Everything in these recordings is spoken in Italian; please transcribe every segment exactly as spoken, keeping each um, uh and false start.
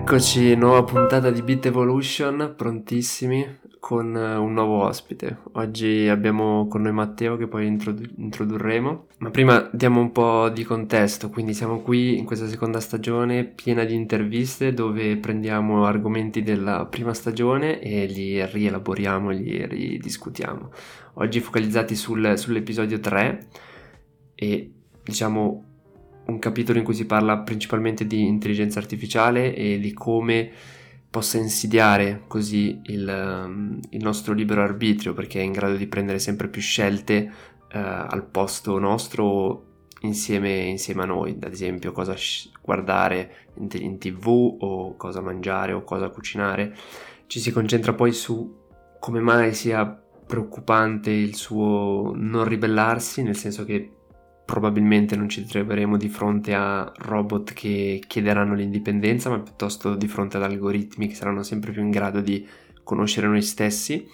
Eccoci, nuova puntata di Bit Evolution, prontissimi con eh, un nuovo ospite. Oggi abbiamo con noi Matteo che poi introdu- introdurremo, ma prima diamo un po' di contesto, quindi siamo qui in questa seconda stagione piena di interviste dove prendiamo argomenti della prima stagione e li rielaboriamo, li ridiscutiamo. Oggi focalizzati sul- sull'episodio tre e diciamo un capitolo in cui si parla principalmente di intelligenza artificiale e di come possa insidiare così il, um, il nostro libero arbitrio, perché è in grado di prendere sempre più scelte uh, al posto nostro insieme, insieme a noi, ad esempio cosa sh- guardare in, te- in tv o cosa mangiare o cosa cucinare. Ci si concentra poi su come mai sia preoccupante il suo non ribellarsi, nel senso che probabilmente non ci troveremo di fronte a robot che chiederanno l'indipendenza, ma piuttosto di fronte ad algoritmi che saranno sempre più in grado di conoscere noi stessi,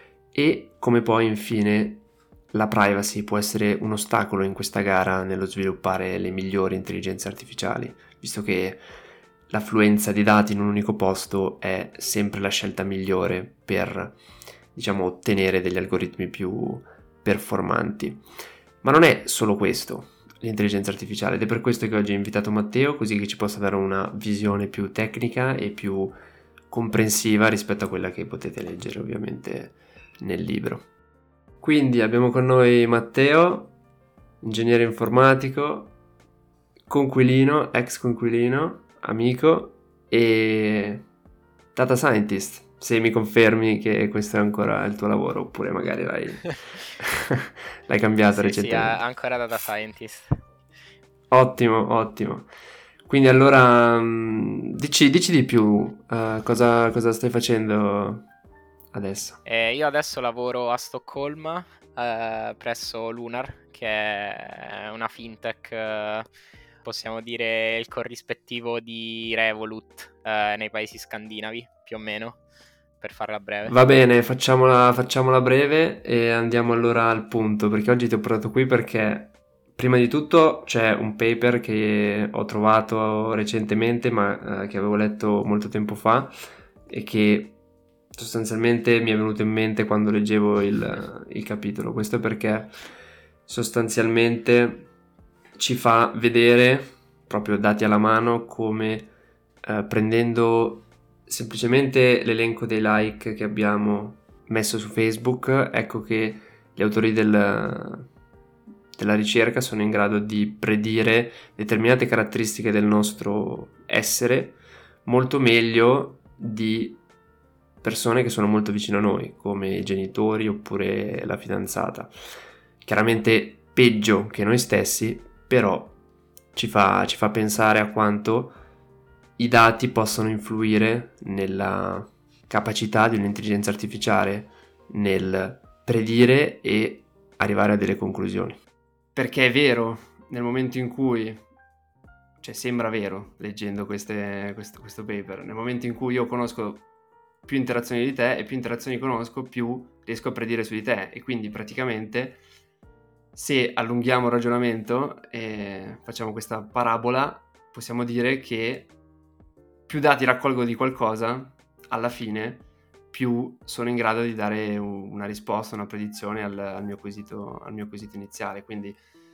e come poi infine la privacy può essere un ostacolo in questa gara nello sviluppare le migliori intelligenze artificiali, visto che l'affluenza di dati in un unico posto è sempre la scelta migliore per, diciamo, ottenere degli algoritmi più performanti. Ma non è solo questo, l'intelligenza artificiale, ed è per questo che oggi ho invitato Matteo, così che ci possa dare una visione più tecnica e più comprensiva rispetto a quella che potete leggere ovviamente nel libro. Quindi abbiamo con noi Matteo, ingegnere informatico, conquilino, ex conquilino, amico e data scientist. Se mi confermi che questo è ancora il tuo lavoro, oppure magari l'hai, l'hai cambiato Sì, sì, recentemente. a- ancora data scientist. Ottimo, ottimo. Quindi allora mh, dici, dici di più, eh, cosa, cosa stai facendo adesso? Eh, io adesso lavoro a Stoccolma, eh, presso Lunar, che è una fintech, eh, possiamo dire il corrispettivo di Revolut, eh, nei paesi scandinavi, più o meno, per farla breve. Va bene, facciamola, facciamola breve e andiamo allora al punto, perché oggi ti ho portato qui perché prima di tutto c'è un paper che ho trovato recentemente, ma eh, che avevo letto molto tempo fa e che sostanzialmente mi è venuto in mente quando leggevo il, il capitolo. Questo è perché sostanzialmente ci fa vedere, proprio dati alla mano, come eh, prendendo semplicemente l'elenco dei like che abbiamo messo su Facebook, ecco che gli autori del, della ricerca sono in grado di predire determinate caratteristiche del nostro essere molto meglio di persone che sono molto vicine a noi, come i genitori oppure la fidanzata. Chiaramente peggio che noi stessi, però ci fa, ci fa pensare a quanto i dati possono influire nella capacità di un'intelligenza artificiale nel predire e arrivare a delle conclusioni. Perché è vero, nel momento in cui, cioè sembra vero leggendo queste, questo, questo paper, nel momento in cui io conosco più interazioni di te e più interazioni conosco, più riesco a predire su di te, e quindi praticamente se allunghiamo il ragionamento e facciamo questa parabola, possiamo dire che più dati raccolgo di qualcosa, alla fine più sono in grado di dare una risposta, una predizione al, al mio quesito, al mio quesito iniziale. Quindi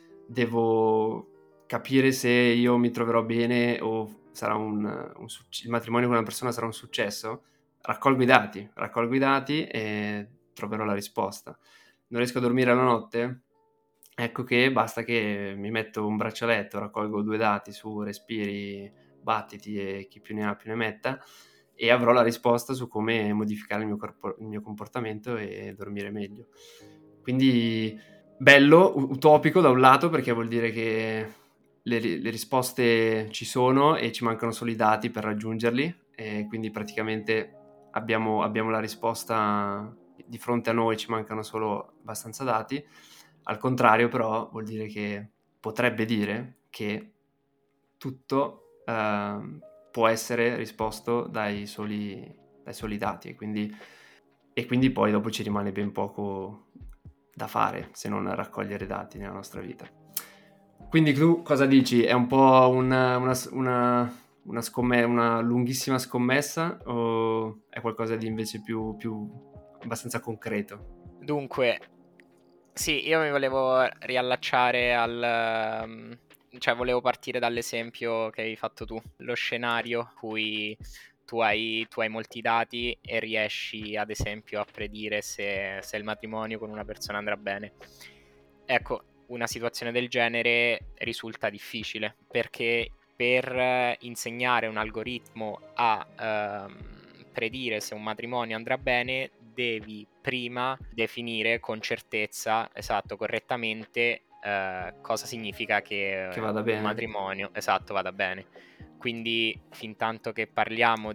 devo capire se io mi troverò bene o sarà un, un suc- il matrimonio con una persona sarà un successo. Raccolgo i dati, raccolgo i dati e troverò la risposta. Non riesco a dormire la notte? Ecco che basta che mi metto un braccialetto, raccolgo due dati su respiri, battiti e chi più ne ha più ne metta, e avrò la risposta su come modificare il mio, corpo- il mio comportamento e dormire meglio. Quindi bello, u- utopico da un lato, perché vuol dire che le, le risposte ci sono e ci mancano solo i dati per raggiungerli, e quindi praticamente abbiamo, abbiamo la risposta di fronte a noi, ci mancano solo abbastanza dati. Al contrario, però, vuol dire che potrebbe dire che tutto ehm, può essere risposto dai soli, dai soli dati, e quindi, e quindi poi dopo ci rimane ben poco da fare se non raccogliere dati nella nostra vita. Quindi tu cosa dici? È un po' una, una, una una, scomme- una lunghissima scommessa o è qualcosa di invece più, più abbastanza concreto? Dunque, sì, io mi volevo riallacciare al... um, cioè volevo partire dall'esempio che hai fatto tu, lo scenario in cui tu hai, tu hai molti dati e riesci ad esempio a predire se, se il matrimonio con una persona andrà bene. Ecco, una situazione del genere risulta difficile perché per eh, insegnare un algoritmo a ehm, predire se un matrimonio andrà bene, devi prima definire con certezza, esatto, correttamente, eh, cosa significa che Che eh, vada un bene? matrimonio, esatto, vada bene. Quindi, fin tanto che parliamo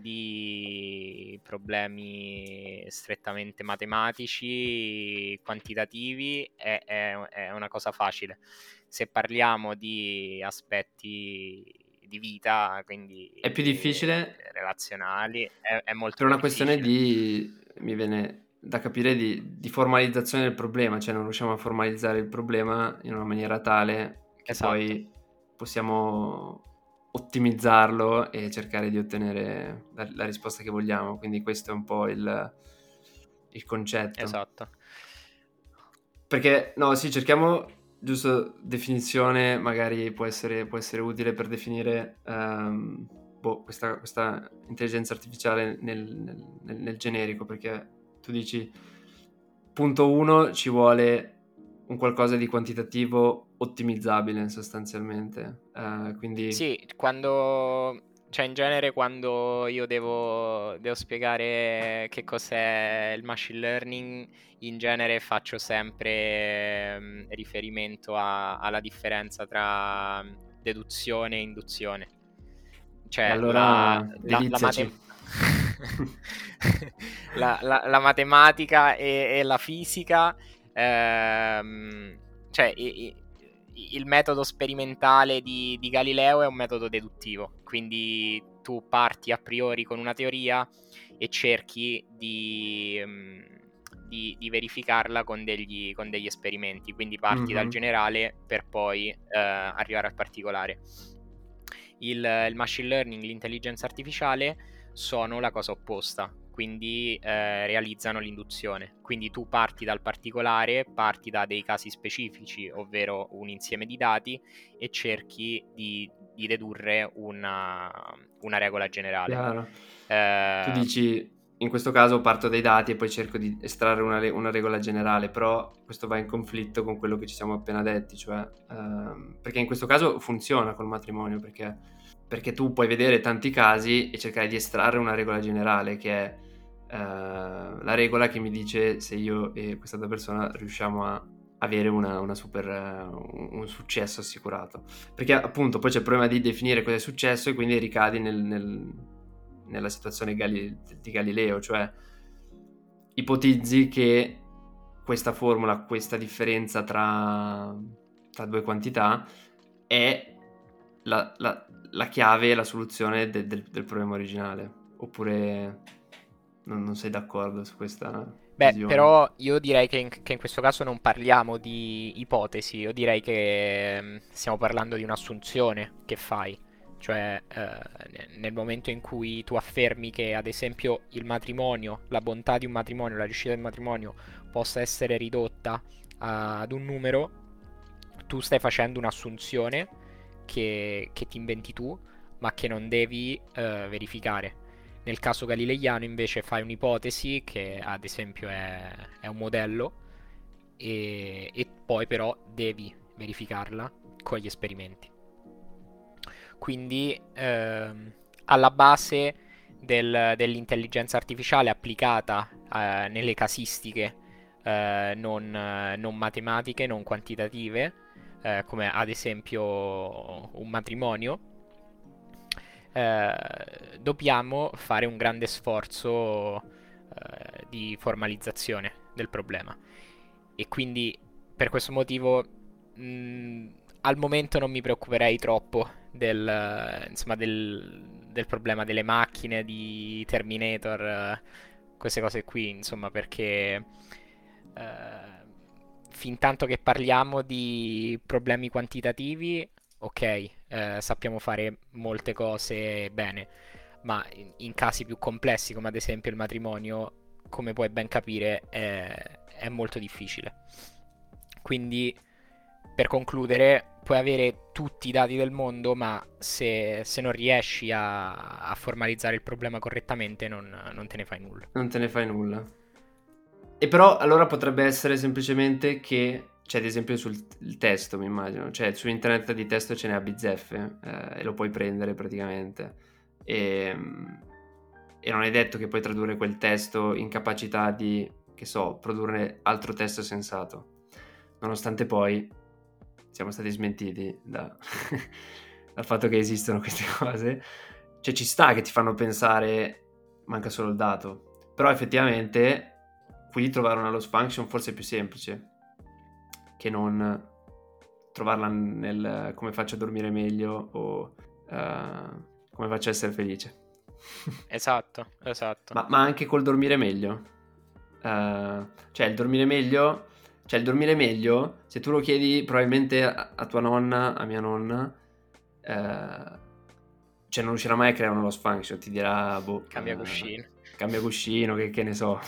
di problemi strettamente matematici, quantitativi, è, è- è una cosa facile. Se parliamo di aspetti di vita, quindi È più eh, difficile relazionali, è, è molto per più una questione difficile. di, mi viene da capire, di, di formalizzazione del problema, cioè non riusciamo a formalizzare il problema in una maniera tale che Esatto, poi possiamo ottimizzarlo e cercare di ottenere la, la risposta che vogliamo. Quindi questo è un po' il, il concetto. esatto. Perché, no, sì, cerchiamo, giusto, definizione, magari può essere, può essere utile per definire ehm, boh, questa, questa intelligenza artificiale nel, nel- nel- nel generico, perché tu dici, punto uno, ci vuole un qualcosa di quantitativo ottimizzabile sostanzialmente. Eh, quindi, Sì, quando, cioè in genere quando io devo, devo spiegare che cos'è il machine learning, in genere faccio sempre ehm, riferimento a- alla differenza tra deduzione e induzione. e Cioè la, allora la, la deliziaci. matem- la- la- la matematica e, e la fisica, ehm, cioè i- i- il metodo sperimentale di, di Galileo è un metodo deduttivo, quindi tu parti a priori con una teoria e cerchi di, mm, di- di verificarla con degli, con degli esperimenti, quindi parti dal Mhm. generale per poi eh, arrivare al particolare. Il, il machine learning, l'intelligenza artificiale sono la cosa opposta, quindi eh, realizzano l'induzione. Quindi tu parti dal particolare, parti da dei casi specifici, ovvero un insieme di dati, e cerchi di, di dedurre una, una regola generale. Chiaro. Tu Eh, dici, in questo caso parto dai dati e poi cerco di estrarre una, re- una regola generale, però questo va in conflitto con quello che ci siamo appena detti, cioè, ehm, perché in questo caso funziona col matrimonio, perché, perché tu puoi vedere tanti casi e cercare di estrarre una regola generale, che è eh, la regola che mi dice se io e quest'altra persona riusciamo a avere una, una super, eh, un, un successo assicurato. Perché appunto poi c'è il problema di definire cosa è successo e quindi ricadi nel, nel- nella situazione Gali- di Galileo, cioè ipotizzi che questa formula, questa differenza tra, tra due quantità è la, la- la chiave e la soluzione de- del, del problema originale, oppure non, non sei d'accordo su questa Beh, visione? però io direi che in, che in questo caso non parliamo di ipotesi, io direi che mm, stiamo parlando di un'assunzione che fai. Cioè, eh, ne- nel momento in cui tu affermi che, ad esempio, il matrimonio, la bontà di un matrimonio, la riuscita del matrimonio possa essere ridotta ad un numero, tu stai facendo un'assunzione che, che ti inventi tu, ma che non devi eh, verificare. Nel caso galileiano invece fai un'ipotesi che ad esempio è, è un modello e, e poi però devi verificarla con gli esperimenti. Quindi ehm, alla base del- dell'intelligenza artificiale applicata eh, nelle casistiche eh, non, eh, non matematiche, non quantitative, eh, come ad esempio un matrimonio, eh, dobbiamo fare un grande sforzo eh, di formalizzazione del problema. E quindi per questo motivo mh, al momento non mi preoccuperei troppo del, eh, insomma, del, del problema delle macchine, di Terminator, eh, queste cose qui, insomma, perché eh, fin tanto che parliamo di problemi quantitativi ok, eh, sappiamo fare molte cose bene, ma in, in casi più complessi, come ad esempio il matrimonio, come puoi ben capire, è, è molto difficile. Quindi, per concludere, puoi avere tutti i dati del mondo, ma se, se non riesci a, a formalizzare il problema correttamente, non, non te ne fai nulla. Non te ne fai nulla. E però allora potrebbe essere semplicemente che, cioè ad esempio sul il testo, mi immagino, cioè su internet di testo ce n'è a bizzeffe, eh, e lo puoi prendere praticamente. E, e non è detto che puoi tradurre quel testo in capacità di, che so, produrre altro testo sensato. Nonostante poi siamo stati smentiti da, dal fatto che esistono queste cose. Cioè ci sta che ti fanno pensare, manca solo il dato. Però effettivamente qui trovare una loss function forse è più semplice che non trovarla nel come faccio a dormire meglio o uh, come faccio a essere felice. Esatto, esatto. ma, ma anche col dormire meglio. Uh, cioè il dormire meglio, cioè il dormire meglio, se tu lo chiedi probabilmente a, a tua nonna, a mia nonna, uh, cioè non riuscirà mai a creare una loss function, ti dirà boh, Cambia uh, cuscino. cambia cuscino, che, che ne so.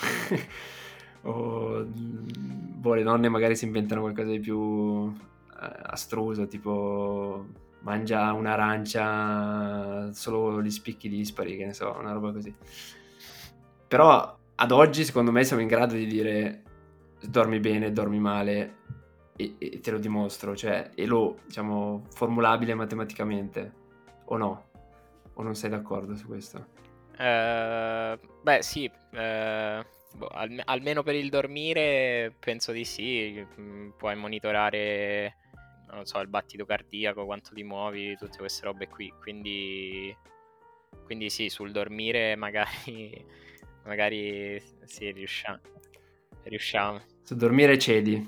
O boh, le donne magari si inventano qualcosa di più uh, astruso, tipo mangia un'arancia solo gli spicchi dispari, che ne so, una roba così. Però ad oggi secondo me siamo in grado di dire dormi bene, dormi male e, e te lo dimostro, cioè, e lo, diciamo, formulabile matematicamente, o no? O non sei d'accordo su questo? Eh, beh, sì, eh, boh, al- almeno per il dormire penso di sì. Mm, puoi monitorare, non lo so, il battito cardiaco, quanto ti muovi, tutte queste robe qui. Quindi, quindi sì, sul dormire magari, magari sì, riusciamo. riusciamo. Su dormire cedi.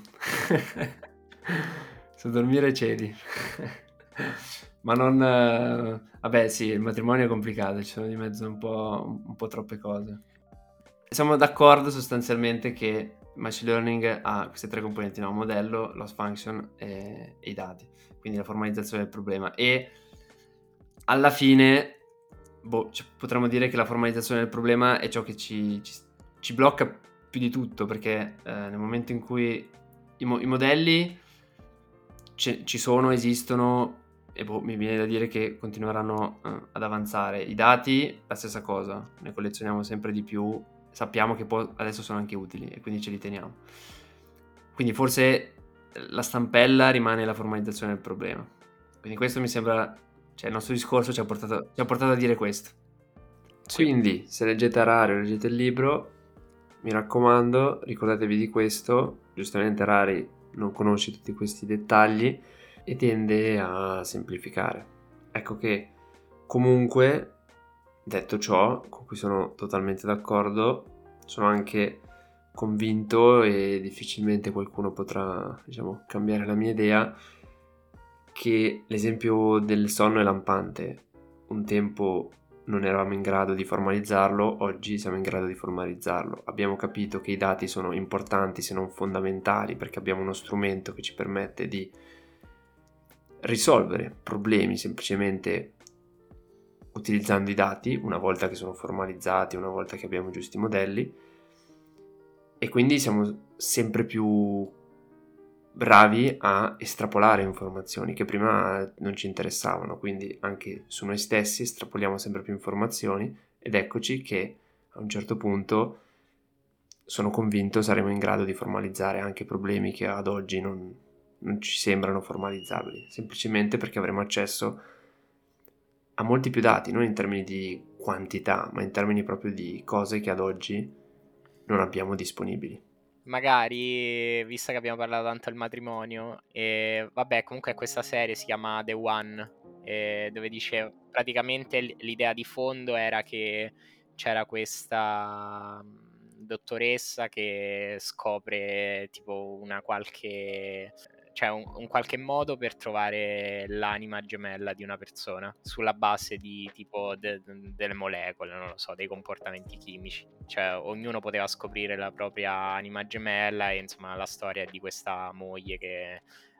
Su dormire cedi. Ma non... eh, Vabbè, sì, il matrimonio è complicato, ci sono di mezzo un po', un po' troppe cose. Siamo d'accordo sostanzialmente che machine learning ha queste tre componenti, no? Modello, loss function e, e i dati. Quindi la formalizzazione del problema. E alla fine, boh, cioè, potremmo dire che la formalizzazione del problema è ciò che ci, ci, ci blocca più di tutto, perché eh, nel momento in cui i, mo- i modelli ci, ci sono, esistono, e boh, mi viene da dire che continueranno eh, ad avanzare. I dati, la stessa cosa, ne collezioniamo sempre di più, sappiamo che poi adesso sono anche utili e quindi ce li teniamo. Quindi forse la stampella rimane la formalizzazione del problema. Quindi questo mi sembra, cioè il nostro discorso ci ha portato, ci ha portato a dire questo. Sì. Quindi, se leggete Harari o leggete il libro, mi raccomando, ricordatevi di questo. Giustamente Harari non conosce tutti questi dettagli e tende a semplificare. Ecco che comunque, detto ciò, con cui sono totalmente d'accordo, sono anche convinto e difficilmente qualcuno potrà, diciamo, cambiare la mia idea che l'esempio del sonno è lampante. Un tempo non eravamo in grado di formalizzarlo, oggi siamo in grado di formalizzarlo. Abbiamo capito che i dati sono importanti se non fondamentali perché abbiamo uno strumento che ci permette di risolvere problemi semplicemente utilizzando i dati una volta che sono formalizzati, una volta che abbiamo i giusti modelli, e quindi siamo sempre più bravi a estrapolare informazioni che prima non ci interessavano, quindi anche su noi stessi estrapoliamo sempre più informazioni ed eccoci che a un certo punto sono convinto saremo in grado di formalizzare anche problemi che ad oggi non, non ci sembrano formalizzabili, semplicemente perché avremo accesso a molti più dati, non in termini di quantità, ma in termini proprio di cose che ad oggi non abbiamo disponibili. Magari, visto che abbiamo parlato tanto del matrimonio, e vabbè, comunque questa serie si chiama The One, e dove dice praticamente l- l'idea di fondo era che c'era questa mm, dottoressa che scopre tipo una qualche, cioè un, un qualche modo per trovare l'anima gemella di una persona sulla base di tipo de- de- delle molecole, non lo so, dei comportamenti chimici. Cioè, ognuno poteva scoprire la propria anima gemella e insomma la storia di questa moglie che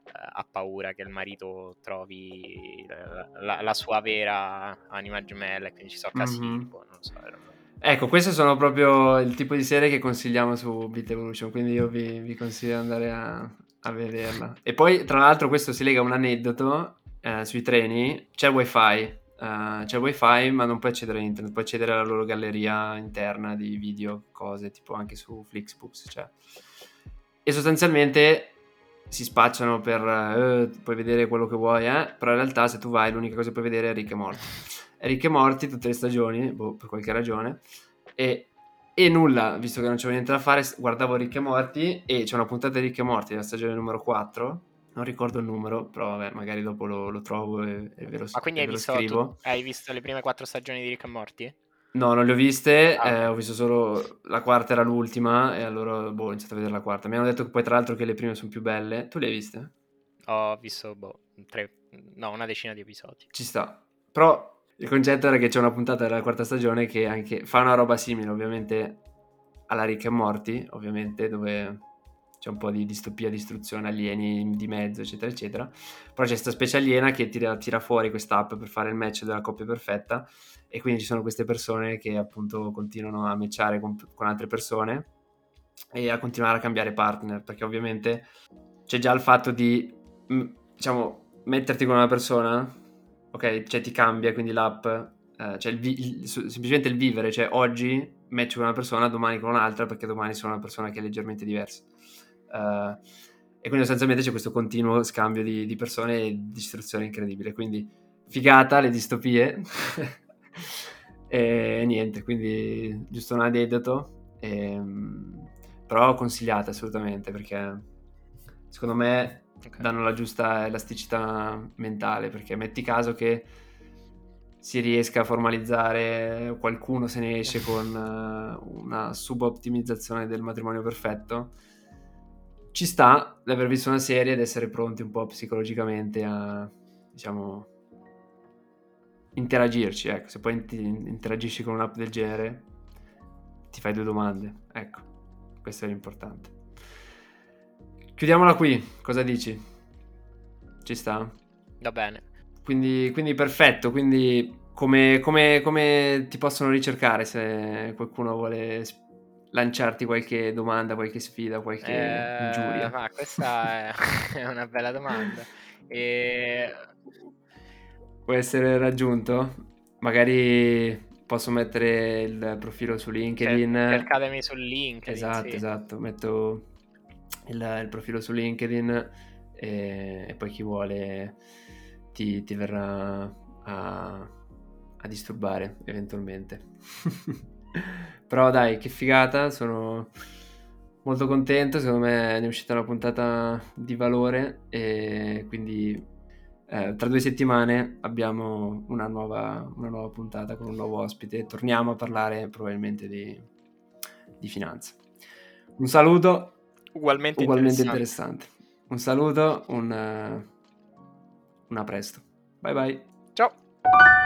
ha paura che il marito trovi la, la, la sua vera anima gemella, e quindi ci sono casini, Mhm. boh, non lo so. Era... Ecco, queste sono proprio il tipo di serie che consigliamo su Beat Evolution, quindi io vi, vi consiglio di andare a, a vederla. E poi, tra l'altro, questo si lega a un aneddoto, eh, sui treni, c'è il wifi, uh, c'è il wifi ma non puoi accedere a internet, puoi accedere alla loro galleria interna di video, cose, tipo anche su Flixbooks, cioè. E sostanzialmente si spacciano per eh, puoi vedere quello che vuoi, eh? Però in realtà se tu vai l'unica cosa che puoi vedere è Rick e Morty. Rick e Morty tutte le stagioni, boh, per qualche ragione, e, e nulla, visto che non c'avevo niente da fare, guardavo Rick e Morty e c'è una puntata di Rick e Morty, la stagione numero quattro, non ricordo il numero, però vabbè, magari dopo lo, lo trovo e, e ve lo, Ma quindi e hai ve lo visto, tu, scrivo. hai visto le prime quattro stagioni di Rick and Morty? No, non le ho viste, Ah, eh, ok. ho visto solo la quarta era l'ultima e allora boh, ho iniziato a vedere la quarta. Mi hanno detto che poi tra l'altro che le prime sono più belle. Tu le hai viste? Ho visto, boh, tre, no, una decina di episodi. Ci sta. Però il concetto era che c'è una puntata della quarta stagione che anche fa una roba simile, ovviamente, alla Rick e Morty, ovviamente, dove c'è un po' di distopia, distruzione, alieni di mezzo, eccetera, eccetera. Però c'è questa specie aliena che tira, tira fuori quest'app per fare il match della coppia perfetta e quindi ci sono queste persone che appunto continuano a matchare con, con altre persone e a continuare a cambiare partner, perché ovviamente c'è già il fatto di, mh, diciamo, metterti con una persona, ok, cioè ti cambia, quindi l'app, eh, cioè il vi- il- semplicemente il vivere, cioè oggi match con una persona, domani con un'altra, perché domani sono una persona che è leggermente diversa. Uh, e quindi sostanzialmente c'è questo continuo scambio di, di persone e distruzione incredibile, quindi figata le distopie e niente, quindi giusto un aneddoto, e, però consigliate assolutamente perché secondo me Ok. danno la giusta elasticità mentale, perché metti caso che si riesca a formalizzare, qualcuno se ne esce con uh, una subottimizzazione del matrimonio perfetto, ci sta di aver visto una serie ed essere pronti un po' psicologicamente a, diciamo, interagirci, ecco. Se poi interagisci con un'app del genere ti fai due domande, ecco, questo è l'importante. Chiudiamola qui, cosa dici? Ci sta? Va bene. Quindi, quindi perfetto, quindi come, come, come ti possono ricercare se qualcuno vuole lanciarti qualche domanda, qualche sfida, qualche Eh, ingiuria? ma questa è, è una bella domanda. E... Può essere raggiunto? Magari posso mettere il profilo su cer- LinkedIn. cercatemi su LinkedIn, Esatto, sì. esatto, metto il, il profilo su LinkedIn e, e poi chi vuole ti, ti verrà a, a disturbare eventualmente. Però dai, che figata, sono molto contento, secondo me ne è uscita una puntata di valore e quindi eh, tra due settimane abbiamo una nuova, una nuova puntata con un nuovo ospite, torniamo a parlare probabilmente di, di finanza. Un saluto, Ugualmente ugualmente interessante. interessante. Un saluto, un, uh, un a presto. Bye bye. Ciao!